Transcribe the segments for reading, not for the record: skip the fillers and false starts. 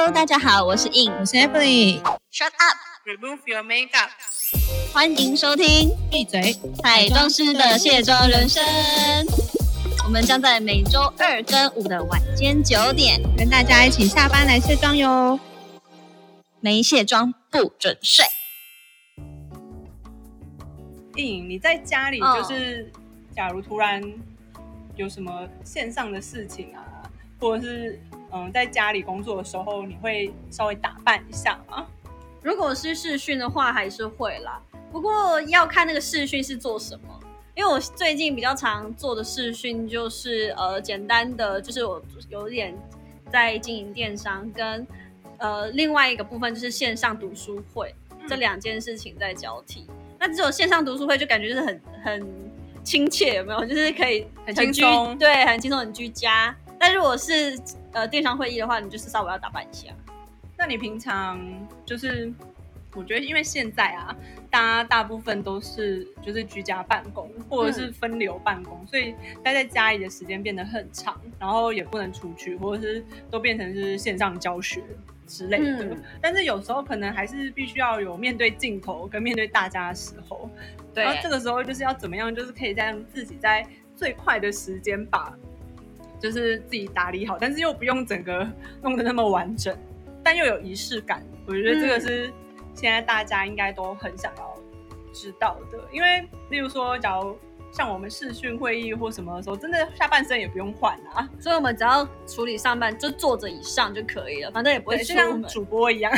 Hello， 大家好，我是 In， 我是 Emily。Shut up，remove your makeup。 欢迎收听闭嘴彩妆师的卸妆人生。我们将在每周2跟5的晚间9点， 跟大家一起下班来卸妆哟。 没卸妆不准睡。 你在家里就是假如突然有什么线上的事情啊，或者是在家里工作的时候，你会稍微打扮一下吗？ 如果是视讯的话还是会啦，不过要看那个视讯是做什么。因为我最近比较常做的视讯就是简单的，就是我有点在经营电商，跟另外一个部分就是线上读书会，这2件事情在交替。那只有线上读书会就感觉就是很亲切，有没有？就是可以很轻松， 对，很轻松，很居家。但如果是电商会议的话，你就是稍微要打扮一下。 那你平常就是我觉得因为现在啊，大部分都是就是居家办公或者是分流办公，所以待在家里的时间变得很长，然后也不能出去，或者是都变成是线上教学之类的。但是有时候可能还是必须要有面对镜头跟面对大家的时候， 对， 然后这个时候就是要怎么样，就是可以让自己在最快的时间把就是自己打理好，但是又不用整个弄得那么完整，但又有仪式感。我觉得这个是现在大家应该都很想要知道的，因为例如说假如像我们视讯会议或什么的时候，真的下半身也不用换啊， 所以我们只要处理上半就坐着以上就可以了，反正也不会出门， 就像主播一样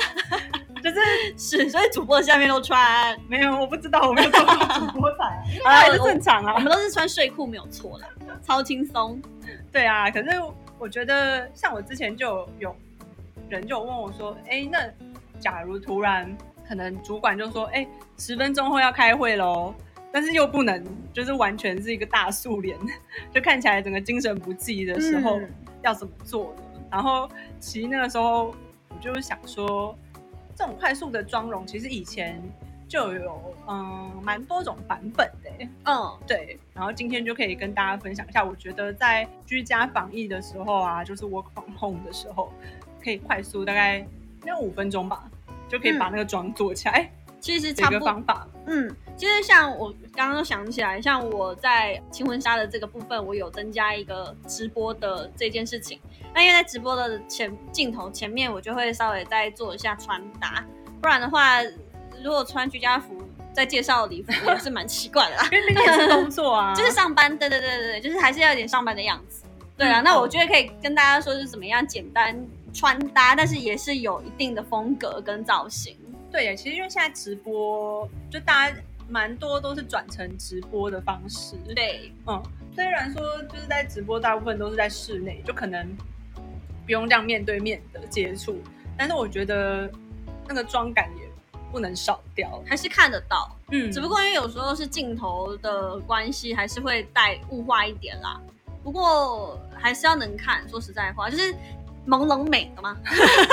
所以主播下面都穿， 没有，我不知道，我没有做过主播台还是正常啊， 我们都是穿睡裤没有错啦，超轻松。 对啊，可是我觉得像我之前就有人就问我说，那假如突然可能主管就说10分钟后要开会咯，但是又不能就是完全是一个大素脸，就看起来整个精神不济的时候，要怎么做呢？然后其实那个时候我就想说，这种快速的妆容其实以前就有蛮多种版本的对，然后今天就可以跟大家分享一下，我觉得在居家防疫的时候啊，就是 work from home 的时候，可以快速大概要5分钟吧，就可以把那个妆做起来。 其实差不多一个方法。 其实像我刚刚想起来，像我在轻婚纱的这个部分，我有增加一个直播的这件事情。那因为在直播的镜头前面，我就会稍微再做一下穿搭，不然的话，如果穿居家服再介绍礼服也是蛮奇怪的啦。 因为那也是工作啊， 就是上班，对，就是还是要有点上班的样子。对啊，那我觉得可以跟大家说是怎么样简单穿搭，但是也是有一定的风格跟造型。 对耶，其实因为现在直播就大家蛮多都是转成直播的方式。 对， 虽然说就是在直播大部分都是在室内，就可能不用这样面对面的接触，但是我觉得那个妆感也不能少掉， 还是看得到。只不过因为有时候是镜头的关系，还是会带雾化一点啦。不过还是要能看，说实在话，就是朦胧美的嘛。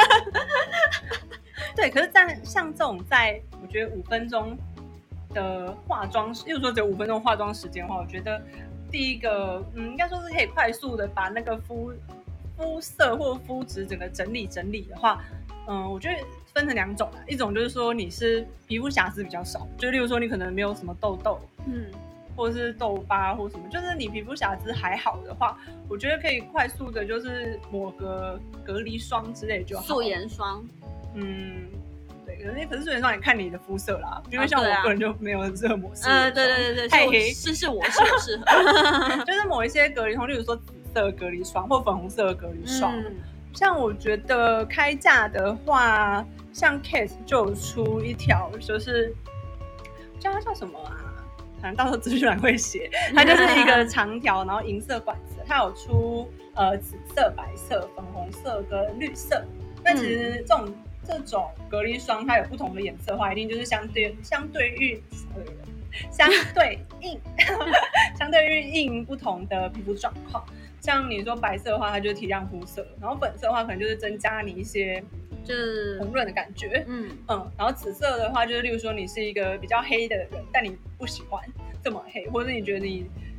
对，可是像这种我觉得5分钟的化妆，例如说只有5分钟化妆时间的话，我觉得第一个应该说是可以快速的把那个肤色或肤质整个整理的话，我觉得分成2种啦，一种就是说你是皮肤瑕疵比较少，就例如说你可能没有什么痘痘，或者是痘疤或什么，就是你皮肤瑕疵还好的话，我觉得可以快速的就是抹个隔离霜之类就好， 素颜霜。 对，可是素颜霜也看你的肤色啦，因为像我个人就没有很适合抹素颜霜， 对， 太黑， 是我适合， 就是抹一些隔离霜，例如说紫色隔离霜或粉红色的隔离霜。像我觉得开价的话，像 Kate 就有出一条，就是叫它叫什么啊？可能到时候资讯栏会写，它就是一个长条，然后银色管子，它有出紫色、白色、粉红色跟绿色。那其实这种隔离霜它有不同的颜色的话，一定就是相对应不同的皮肤状况。像你说白色的话，它就是提亮肤色，然后粉色的话可能就是增加你一些就是红润的感觉，然后紫色的话就是例如说你是一个比较黑的人，但你不喜欢这么黑，或者是你觉得你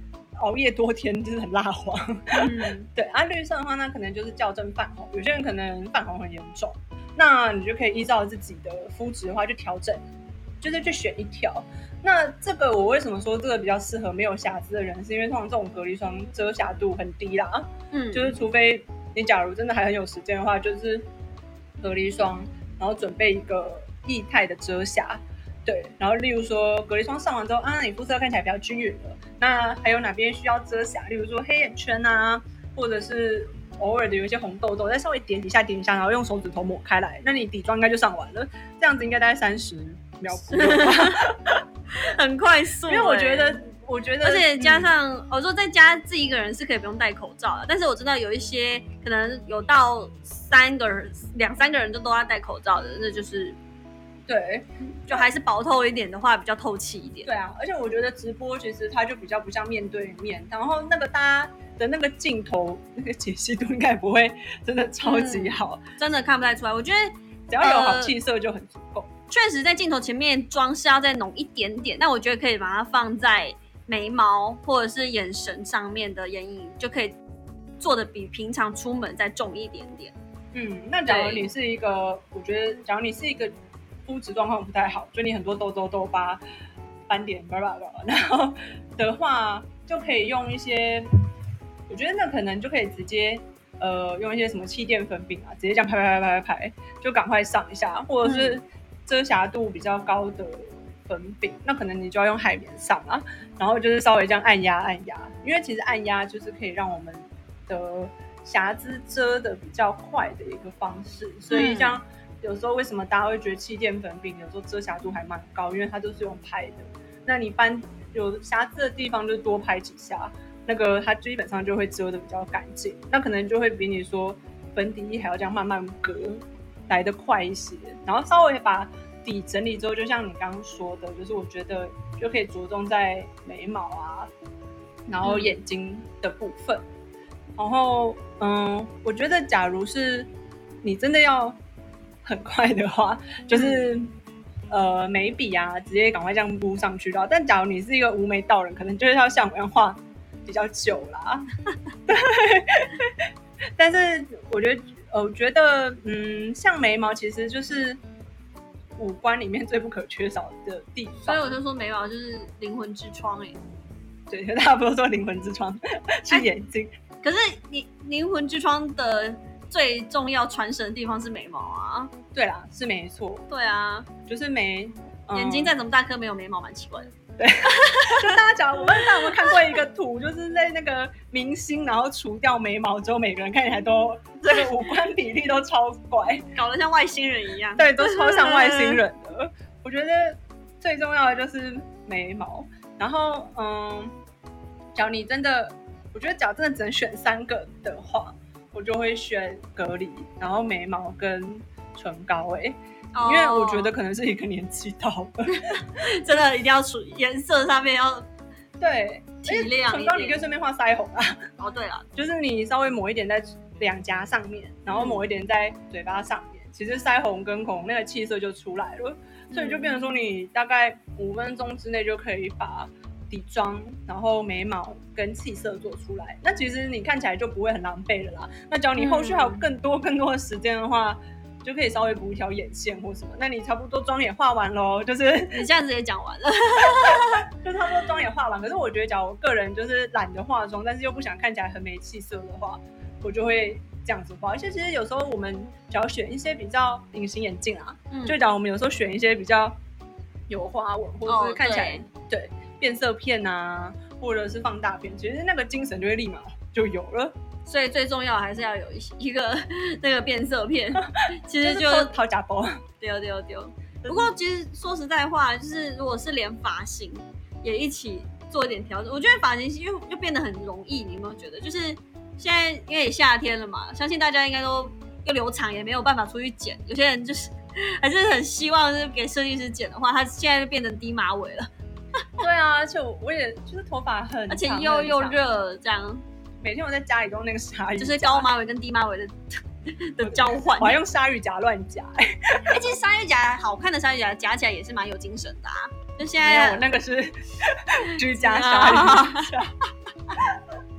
熬夜多天就是很蜡黄。对，绿色的话那可能就是校正泛红，有些人可能泛红很严重，那你就可以依照自己的肤质的话去调整，就是去选一条。那这个我为什么说这个比较适合没有瑕疵的人，是因为通常这种隔离霜遮瑕度很低啦，就是除非你假如真的还很有时间的话，就是隔离霜，然后准备一个液态的遮瑕。对，然后例如说隔离霜上完之后你肤色看起来比较均匀了，那还有哪边需要遮瑕，例如说黑眼圈啊，或者是偶尔的有一些红痘痘，再稍微点一下，然后用手指头抹开来，那你底妆应该就上完了，这样子应该大概30秒不用吧。 很快速。因为我觉得而且加上我说在家自己一个人是可以不用戴口罩的，但是我知道有一些可能有到2-3个人都要戴口罩的，那就是对， 就还是薄透一点的话比较透气一点。 对啊，而且我觉得直播其实它就比较不像面对面，然后那个大家的那个镜头那个解析度应该不会真的超级好， 真的看不太出来。我觉得只要有好气色就很足够。 确实在镜头前面妆是要再浓一点点，但我觉得可以把它放在眉毛或者是眼神上面的眼影，就可以做的比平常出门再重一点点。 那假如你是一个，我觉得假如你是一个肤质状况不太好，就你很多痘痘、痘疤、斑点，然后的话，就可以用一些，我觉得那可能就可以直接用一些什么气垫粉饼啊，直接这样拍，就赶快上一下，或者是遮瑕度比较高的粉饼，那可能你就要用海绵上啊，然后就是稍微这样按压，因为其实按压就是可以让我们的瑕疵遮的比较快的一个方式，所以像有时候为什么大家会觉得气垫粉饼有时候遮瑕度还蛮高，因为它都是用拍的，那你有瑕疵的地方就多拍几下，那个它基本上就会遮的比较干净，那可能就会比你说粉底液还要这样慢慢隔来得快一些，然后稍微把底整理之后，就像你刚刚说的，就是我觉得就可以着重在眉毛啊，然后眼睛的部分，然后我觉得假如是你真的要很快的话，就是眉笔啊直接赶快这样敷上去的，但假如你是一个无眉道人，可能就是要像我一样画比较久啦。对，但是我觉得像眉毛其实就是五官里面最不可缺少的地方， 所以我就说眉毛就是灵魂之窗对，大家不是说灵魂之窗是眼睛， 可是你灵魂之窗的最重要传神的地方是眉毛啊。 对啦，是没错。 对啊， 就是眼睛再怎么大颗没有眉毛蛮奇怪的。 对，就大家讲，我们有看过一个图，就是在那个明星，然后除掉眉毛之后，每个人看起来都这个五官比例都超怪， 搞得像外星人一样。 对，都超像外星人的。我觉得最重要的就是眉毛，然后假如你真的，我觉得假如真的只能选3个的话，我就会选隔离，然后眉毛跟唇膏因为我觉得可能是一个年纪到了， 真的一定要颜色上面要对提亮一点。 唇膏你可以顺便画腮红啊。 对了， 就是你稍微抹一点在两颊上面，然后抹一点在嘴巴上面，其实腮红跟口红那个气色就出来了，所以就变成说你大概5分钟之内就可以把底妆，然后眉毛跟气色做出来。那其实你看起来就不会很狼狈了啦。那只要你后续还有更多的时间的话，就可以稍微补一条眼线或什么，那你差不多妆也画完咯，就是你这样子也讲完了就差不多妆也画完。可是我觉得假如我个人就是懒得化妆，但是又不想看起来很没气色的话，我就会这样子画。而且其实有时候我们只要选一些比较隐形眼镜啊，就假如我们有时候选一些比较有花纹或是看起来对变色片啊，或者是放大片，其实那个精神就会立马就有了。 所以最重要还是要有一个那个变色片，其实就掏假包， 丢。不过其实说实在话，就是如果是连发型也一起做一点调整，我觉得发型又变得很容易。你有没有觉得？就是现在因为夏天了嘛，相信大家应该都又留长，也没有办法出去剪。有些人就是还是很希望是给设计师剪的话，他现在就变成低马尾了。 对啊，而且我也就是头发很长， 而且又热这样。 每天我在家里都用那个鲨鱼夹， 就是高马尾跟低马尾的交换。 我还用鲨鱼夹乱夹。 其实鲨鱼夹好看的鲨鱼夹夹起来也是蛮有精神的啊。就现在没有，那个是居家鲨鱼夹。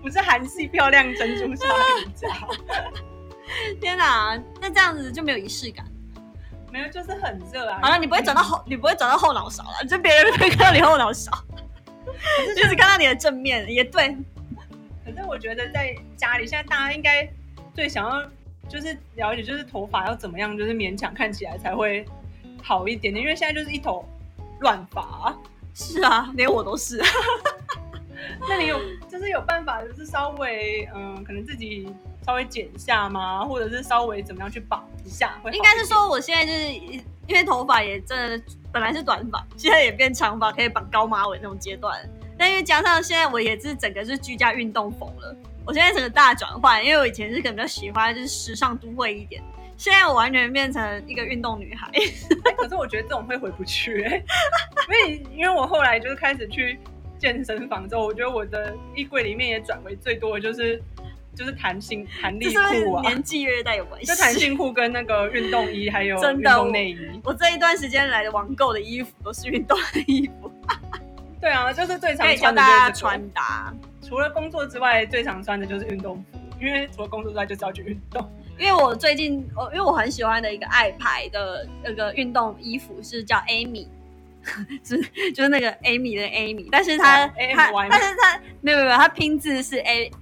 不是韩系漂亮珍珠沙皮夹。 天哪，那这样子就没有仪式感。 没有，就是很热啊。 好了，你不会转到后脑勺了，就别人会看到你后脑勺，就只看到你的正面，也对。 可是我觉得在家里，现在大家应该最想要就是了解，就是头发要怎么样，就是勉强看起来才会好一点点，因为现在就是一头乱发。 是啊，连我都是。 那你有办法，就是稍微可能自己稍微剪一下吗？或者是稍微怎么样去绑一下会好一点？ 应该是说我现在就是因为头发也真的本来是短发，现在也变长发，可以绑高马尾那种阶段。但因为加上现在我也是整个是居家运动风了，我现在整个大转换，因为我以前是可能比较喜欢就是时尚都会一点，现在我完全变成一个运动女孩。 可是我觉得这种会回不去因为我后来就是开始去健身房之后，我觉得我的衣柜里面也转为最多的就是弹力裤啊， 年纪越大有关系。 就弹性裤跟那个运动衣，还有运动内衣。 我这一段时间来的网购的衣服都是运动的衣服。 对啊，就是最常穿的就是、 可以教大家穿搭。 除了工作之外，最常穿的就是运动服，因为除了工作之外就是要去运动。 因为我最近，因为我很喜欢的一个爱牌的那个运动衣服是叫 Amy。就是那个 Amy 的 Amy， 但是他没有，他拼字是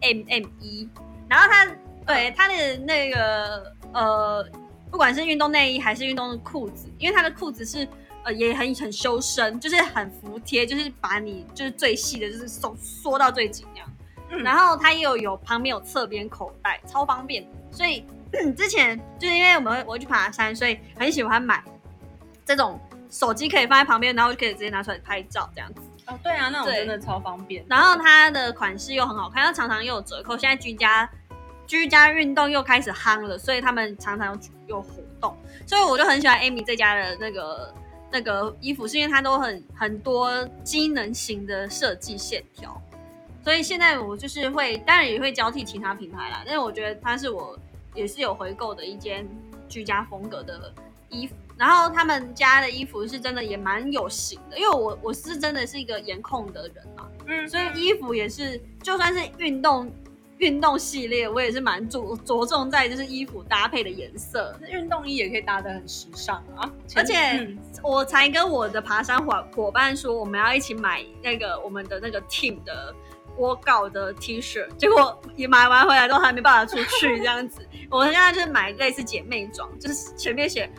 AMME， 然后他的那个不管是运动内衣还是运动裤子，因为他的裤子是也很修身，就是很服帖，就是把你就是最细的就是缩到最紧那样。然后它也有旁边有侧边口袋，超方便。所以之前就是因为我会去爬山，所以很喜欢买这种。手机可以放在旁边，然后就可以直接拿出来拍照这样子。 哦，对啊，那种真的超方便。 然后它的款式又很好看，它常常又有折扣。现在居家运动又开始夯了，所以他们常常有活动。所以我就很喜欢 Amy 这家的那个衣服，是因为它都很多机能型的设计线条。所以现在我就是当然也会交替其他品牌啦，但是我觉得它是我也是有回购的一间居家风格的衣服。然后他们家的衣服是真的也蛮有型的，因为我是真的是一个颜控的人嘛，所以衣服也是，就算是运动系列，我也是蛮着重在就是衣服搭配的颜色。 运动衣也可以搭得很时尚啊， 而且我才跟我的爬山伙伴说，我们要一起买那个我们的那个 team 的workout的 T 恤，结果也买完回来都还没办法出去这样子。我现在就是买类似姐妹装，就是前面写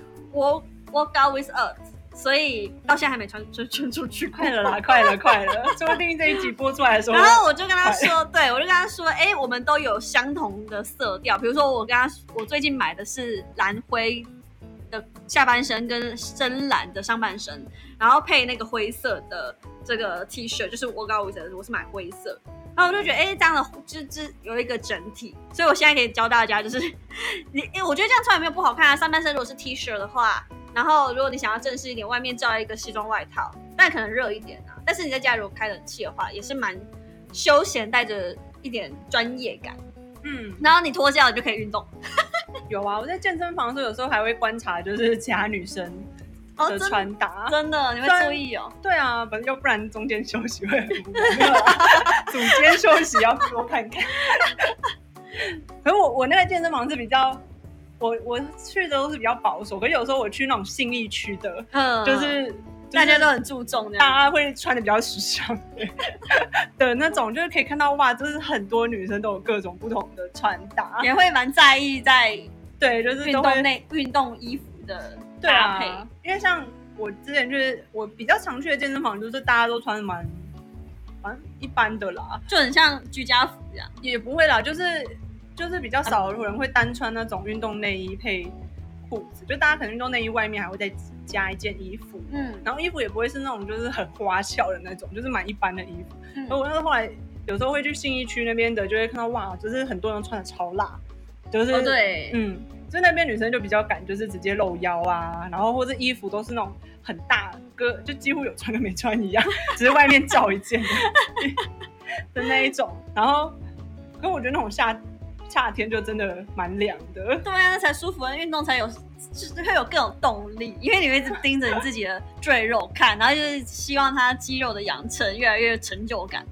Work out with us， 所以到现在还没穿出去。 快了啦，快了，说不定这一集播出来的时候。 然后我就跟他说，我就跟他说，我们都有相同的色调，比如说我最近买的是蓝灰的下半身跟深蓝的上半身，然后配那个灰色的这个 T 恤，就是Work out with us，我是买灰色。然后我就觉得，这样的就是有一个整体，所以我现在可以教大家，就是我觉得这样穿也没有不好看啊。上半身如果是 T 恤的话，然后如果你想要正式一点，外面罩一个西装外套，但可能热一点啊。但是你在家如果开冷气的话，也是蛮休闲，带着一点专业感。然后你脱掉你就可以运动。 有啊，我在健身房的时候，有时候还会观察，就是其他女生的穿搭。 真的，你会注意哦。 对啊，要不然中间休息会很无聊。组间休息要多看看。可是我那个健身房是比较，我去的都是比较保守，可是有时候我去那种信义区的，就是大家都很注重这样， 大家会穿的比较时尚的那种，就是可以看到哇，就是很多女生都有各种不同的穿搭， 也会蛮在意在就是运动衣服的搭配。 因为像我之前就是我比较常去的健身房，就是大家都穿蛮一般的啦， 就很像居家服这样。 也不会啦，就是比较少有人会单穿那种运动内衣配裤子，就大家可能运动内衣外面还会再加一件衣服，然后衣服也不会是那种就是很花俏的那种，就是蛮一般的衣服。然后我那后来有时候会去信义区那边的，就会看到哇，就是很多人穿的超辣，就是对， 所以那边女生就比较敢，就是直接露腰啊，然后或者衣服都是那种很大个，就几乎有穿跟没穿一样，只是外面罩一件的那一种。然后，可我觉得那种夏天就真的蛮凉的。 对啊，才舒服，运动才有，就是会有更有动力，因为你会一直盯着你自己的赘肉看，然后就是希望它肌肉的养成越来越有成就感。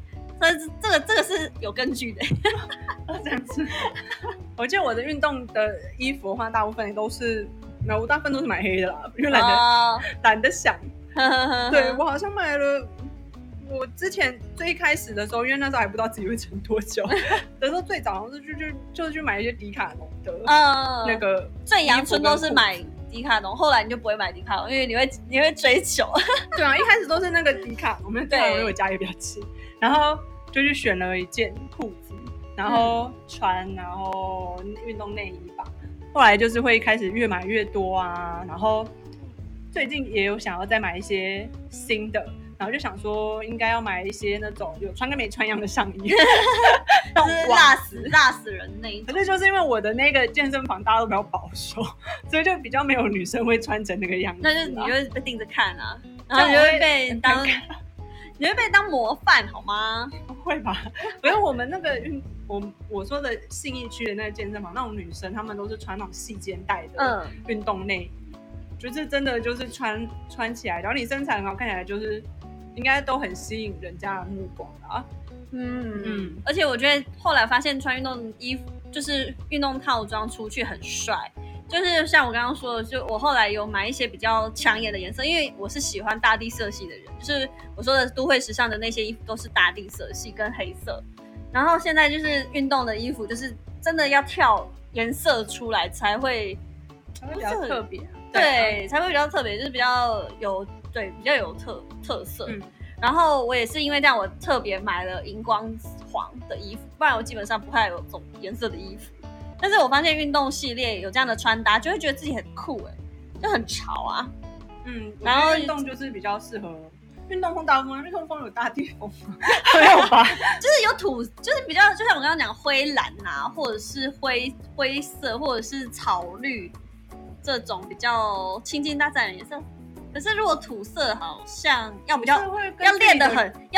这个是有根据的。 这样子。我记得我的运动的衣服的话，大部分都是，我大部分都是买黑的啦，因为懒得想。对，我好像买了。我之前最一开始的时候，因为那时候还不知道自己会撑多久的时候，最早就是去买一些迪卡侬的那个。 最阳春都是买迪卡侬，后来你就不会买迪卡侬，因为你会追求。 对啊，一开始都是那个迪卡侬，我们迪卡侬因为我家也比较近，然后就去选了一件裤子，然后穿，然后运动内衣吧。后来就是会开始越买越多啊，然后最近也有想要再买一些新的。然后就想说，应该要买一些那种有穿跟没穿一样的上衣， 就是辣死人那一种。 可是就是因为我的那个健身房大家都比较保守，所以就比较没有女生会穿成那个样子。 那就你就会被盯着看啊，然后你就会被当模范好吗？ 不会吧？可是我们那个我说的信义区的那个健身房，那种女生她们都是穿那种细肩带的运动内衣，就是真的就是穿起来，然后你身材很好，看起来就是应该都很吸引人家的目光啊。 而且我觉得后来发现穿运动衣服就是运动套装出去很帅，就是像我刚刚说的，就我后来有买一些比较抢眼的颜色，因为我是喜欢大地色系的人，就是我说的都会时尚的那些衣服都是大地色系跟黑色，然后现在就是运动的衣服就是真的要跳颜色出来才会比较特别， 对，才会比较特别，就是比较有特色。然后我也是因为这样，我特别买了荧光黄的衣服，不然我基本上不太有这种颜色的衣服。但是我发现运动系列有这样的穿搭，就会觉得自己很酷就很潮啊。 然后运动就是比较适合运动风大风，运动风有大地风吗？没有吧？ 就是有土，就是比较，就像我刚刚讲灰蓝啊，或者是灰色，或者是草绿这种比较亲近大自然的颜色。可是如果土色好像要比较要练得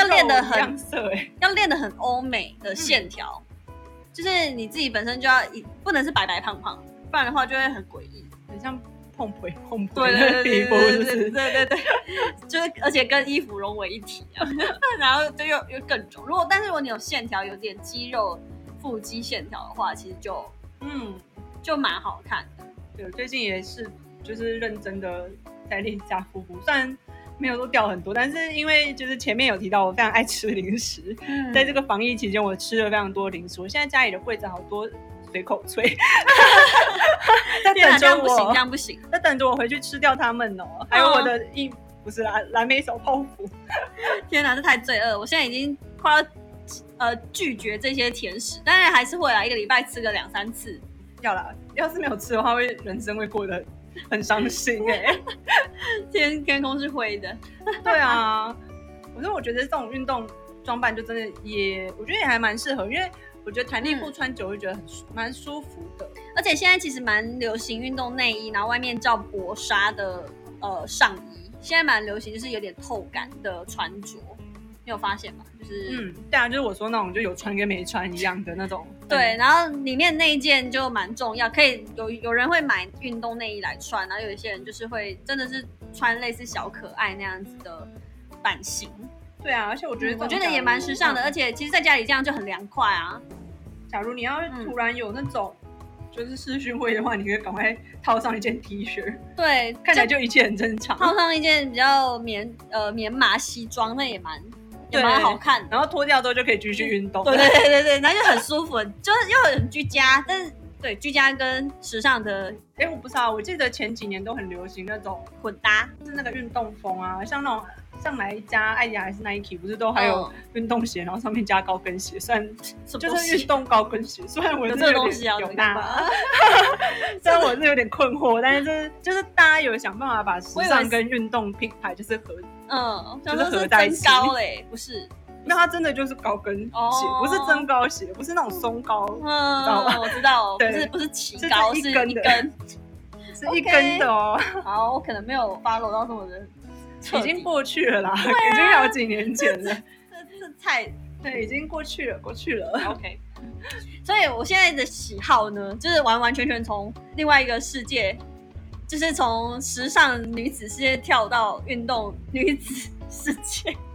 很欧美的线条，就是你自己本身就要不能是白白胖胖，不然的话就会很诡异， 很像碰腿的皮肤，是不是？ 对，就是而且跟衣服融为一体啊，然后就又更肿。但是如果你有线条，有点肌肉腹肌线条的话，其实就蛮好看的。 对，最近也是就是认真的在练下腹部，虽然没有都掉很多，但是因为就是前面有提到我非常爱吃零食，在这个防疫期间我吃了非常多零食，我现在家里的柜子好多随口脆，在等着我， 这样不行， 在等着我回去吃掉它们哦。还有我的不是蓝莓手泡芙， 天哪，这太罪恶！我现在已经快要拒绝这些甜食，但是还是会一个礼拜吃个2-3次。 要啦，要是没有吃的话，人生会过得很伤心天空是灰的。 对啊，我觉得这种运动装扮就真的我觉得也还蛮适合，因为我觉得弹力裤穿久会觉得蛮舒服的。 而且现在其实蛮流行运动内衣，然后外面罩薄纱的上衣，现在蛮流行，就是有点透感的穿着。你有发现吗？就是对啊，就是我说那种就有穿跟没穿一样的那种。 对，然后里面那一件就蛮重要，可以有人会买运动内衣来穿，然后有一些人就是会真的是穿类似小可爱那样子的版型。 对啊，而且我觉得也蛮时尚的，而且其实在家里这样就很凉快啊。 假如你要突然有那种就是视讯会的话，你可以赶快套上一件 T 恤， 对， 看起来就一切很正常。 套上一件比较棉麻西装，那也蛮好看的。 然后脱掉之后就可以继续运动。 对，然后就很舒服，就是又很居家，但是对居家跟时尚的， 我不知道，我记得前几年都很流行那种混搭， 是那个运动风啊，像那种像哪一家爱迪达还是 Nike 不是都还有运动鞋，然后上面加高跟鞋，算就是运动高跟鞋。虽然我是这个东西有大，虽然我是有点困惑，但是就是大家有想办法把时尚跟运动品牌就是就是合在一起。 增高嘞，不是。 那它真的就是高跟鞋，不是增高鞋，不是那种松高，知道吗？ 我知道，不是齐高， 是一根的，是一根的哦。 好，我可能没有 follow 到这么的。 已经过去了啦，已经好几年前了。 这太对，已经过去了。 OK， 所以我现在的喜好呢，就是完完全全从另外一个世界，就是从时尚女子世界跳到运动女子世界。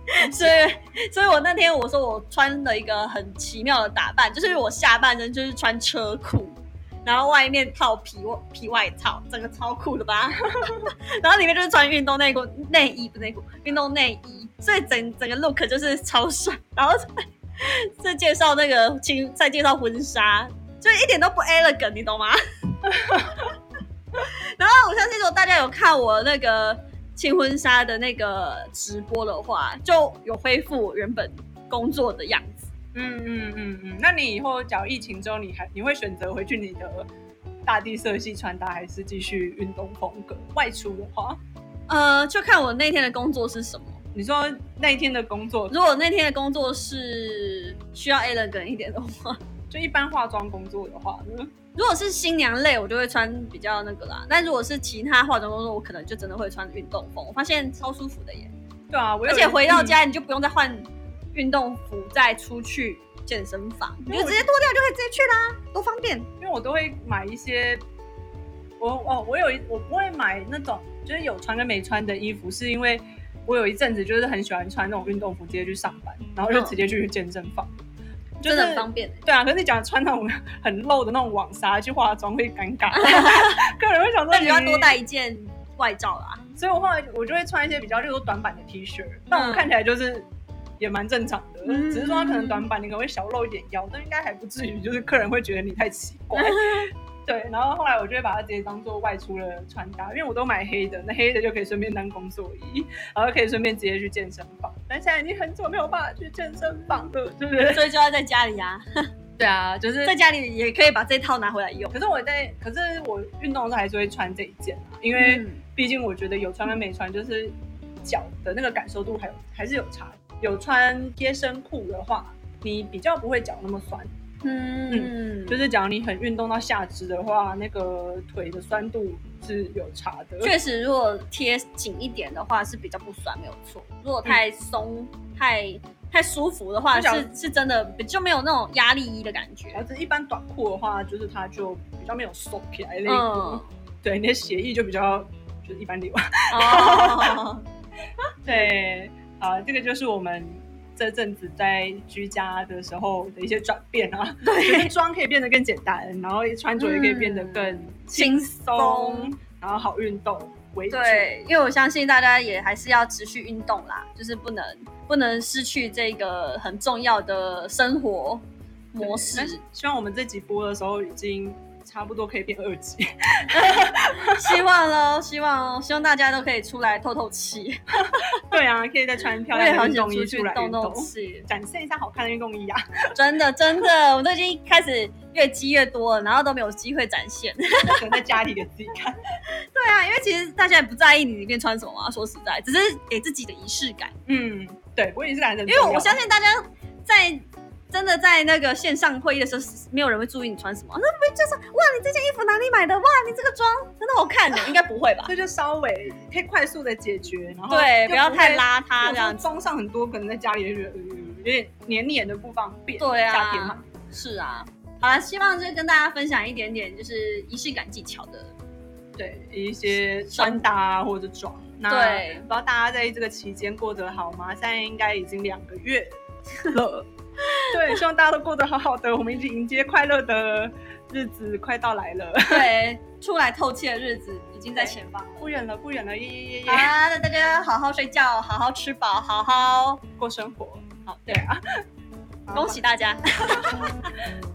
所以我那天我说我穿了一个很奇妙的打扮，就是我下半身就是穿车裤，然后外面套皮外套，整个超酷的吧？然后里面就是穿运动内裤、内衣不内裤，运动内衣，所以整个 look 就是超帅。然后再介绍再介绍婚纱，就一点都不 elegant， 你懂吗？然后我相信如果大家有看我那个庆婚纱的那个直播的话，就有恢复我原本工作的样子。 那你以后假如疫情之后，你会选择回去你的大地色系穿搭，还是继续运动风格？外出的话， 就看我那天的工作是什么。 你说那一天的工作， 如果那天的工作是需要 elegant 一点的话， 就一般化妆工作的话呢？ 如果是新娘类，我就会穿比较那个啦。但如果是其他化妆工作，我可能就真的会穿运动风。我发现超舒服的耶。 对啊， 而且回到家你就不用再换运动服，再出去健身房，你就直接脱掉就可以直接去啦，多方便。 因为我都会买一些，我不会买那种就是有穿跟没穿的衣服，是因为我有一阵子就是很喜欢穿那种运动服直接去上班，然后就直接去健身房。 真的很方便。 对啊，可是你讲穿那种很露的那种网纱去化妆会尴尬，客人会想说那你要多带一件外罩啦。 所以我后来我就会穿一些比较，例如说短版的 T 恤，但我看起来就是也蛮正常的，只是说它可能短版你可能会小露一点腰，但应该还不至于就是客人会觉得你太奇怪。对，然后后来我就会把它直接当做外出的穿搭，因为我都买黑的，那黑的就可以顺便当工作衣，然后可以顺便直接去健身房。但现在已经很久没有办法去健身房了，对不对？ 所以就要在家里啊。 对啊，就是在家里也可以把这套拿回来用。 可是我运动的时候还是会穿这一件啊，因为毕竟我觉得有穿跟没穿，就是脚的那个感受度还是有差。有穿贴身裤的话，你比较不会脚那么酸。就是假如你很运动到下肢的话，那个腿的酸度是有差的。 确实，如果贴紧一点的话是比较不酸，没有错。如果太松、太舒服的话，是真的就没有那种压力衣的感觉。 而一般短裤的话，就是它就比较没有收起来那种。对，你的血液就比较就是一般流。对，这个就是我们这阵子在居家的时候的一些转变啊，就是妆可以变得更简单，然后穿着也可以变得更轻松，然后好运动为主。 对，因为我相信大家也还是要持续运动啦，就是不能失去这个很重要的生活模式。 希望我们这集播的时候已经差不多可以变2集。 希望大家都可以出来透透气。 对啊，可以再穿漂亮的运动衣出来运动， 气， 展现一下好看的运动衣啊！ 真的，我们都已经开始越积越多了，然后都没有机会展现， 可能在家里给自己看。 对啊，因为其实大家也不在意你里面穿什么啊，说实在，只是给自己的仪式感。 对，我仪式感很重要，因为我相信大家真的在那个线上会议的时候，没有人会注意你穿什么。那不会就是哇，你这件衣服哪里买的？哇，你这个妆真的好看的，应该不会吧？ 所以就稍微可以快速的解决，然后对，不要太邋遢这样子。 妆上很多，可能在家里有点黏黏的不方便。 对啊， 夏天嘛。 是啊。好了，希望就跟大家分享一点点就是仪式感技巧的， 对一些穿搭或者妆。 对， 不知道大家在这个期间过得好吗？现在应该已经2个月了。对，希望大家都过得好好的，我们一起迎接快乐的日子快到来了。 对，出来透气的日子已经在前方了， 不远了，耶！ 好啊，那大家好好睡觉，好好吃饱，好好过生活。 好，对啊，恭喜大家。